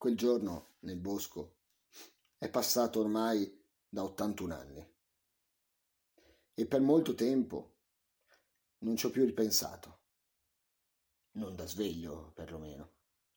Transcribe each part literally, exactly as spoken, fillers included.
Quel giorno nel bosco è passato ormai da ottantuno anni e per molto tempo non ci ho più ripensato, non da sveglio perlomeno.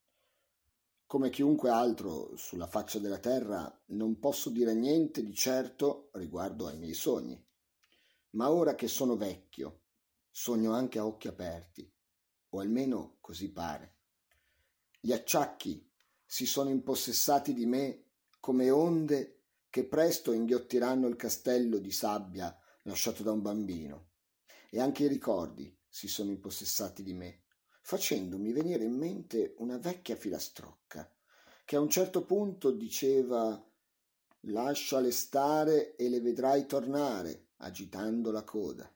Come chiunque altro sulla faccia della terra non posso dire niente di certo riguardo ai miei sogni, ma ora che sono vecchio sogno anche a occhi aperti, o almeno così pare. Gli acciacchi si sono impossessati di me come onde che presto inghiottiranno il castello di sabbia lasciato da un bambino, e anche i ricordi si sono impossessati di me, facendomi venire in mente una vecchia filastrocca che a un certo punto diceva: lasciale stare e le vedrai tornare agitando la coda.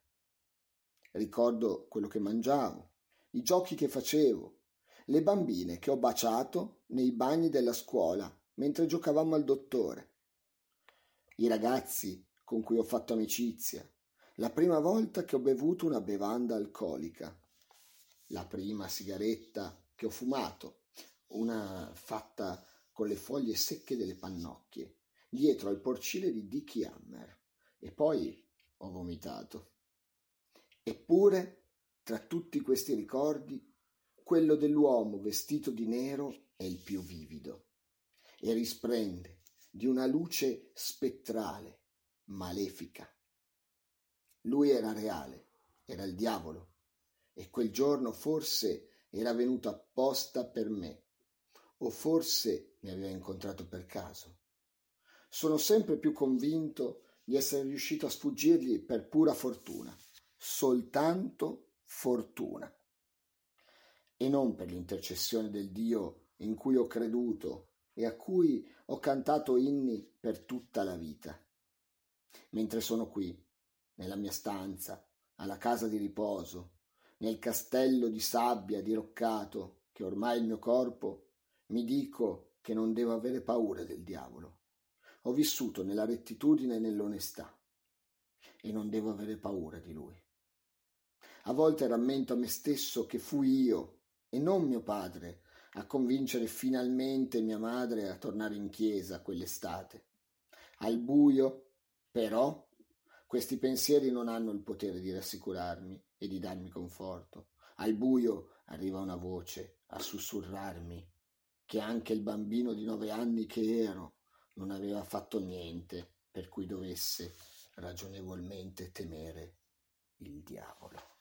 Ricordo quello che mangiavo, i giochi che facevo, le bambine che ho baciato nei bagni della scuola mentre giocavamo al dottore, i ragazzi con cui ho fatto amicizia, la prima volta che ho bevuto una bevanda alcolica, la prima sigaretta che ho fumato, una fatta con le foglie secche delle pannocchie, dietro al porcile di Dickie Hammer, e poi ho vomitato. Eppure, tra tutti questi ricordi, quello dell'uomo vestito di nero è il più vivido e risplende di una luce spettrale, malefica. Lui era reale, era il diavolo, e quel giorno forse era venuto apposta per me, o forse mi aveva incontrato per caso. Sono sempre più convinto di essere riuscito a sfuggirgli per pura fortuna, soltanto fortuna, e non per l'intercessione del Dio in cui ho creduto e a cui ho cantato inni per tutta la vita. Mentre sono qui, nella mia stanza, alla casa di riposo, nel castello di sabbia diroccato che ormai è il mio corpo, mi dico che non devo avere paura del diavolo. Ho vissuto nella rettitudine e nell'onestà e non devo avere paura di lui. A volte rammento a me stesso che fui io e non mio padre a convincere finalmente mia madre a tornare in chiesa quell'estate. Al buio, però, questi pensieri non hanno il potere di rassicurarmi e di darmi conforto. Al buio arriva una voce a sussurrarmi che anche il bambino di nove anni che ero non aveva fatto niente per cui dovesse ragionevolmente temere il diavolo.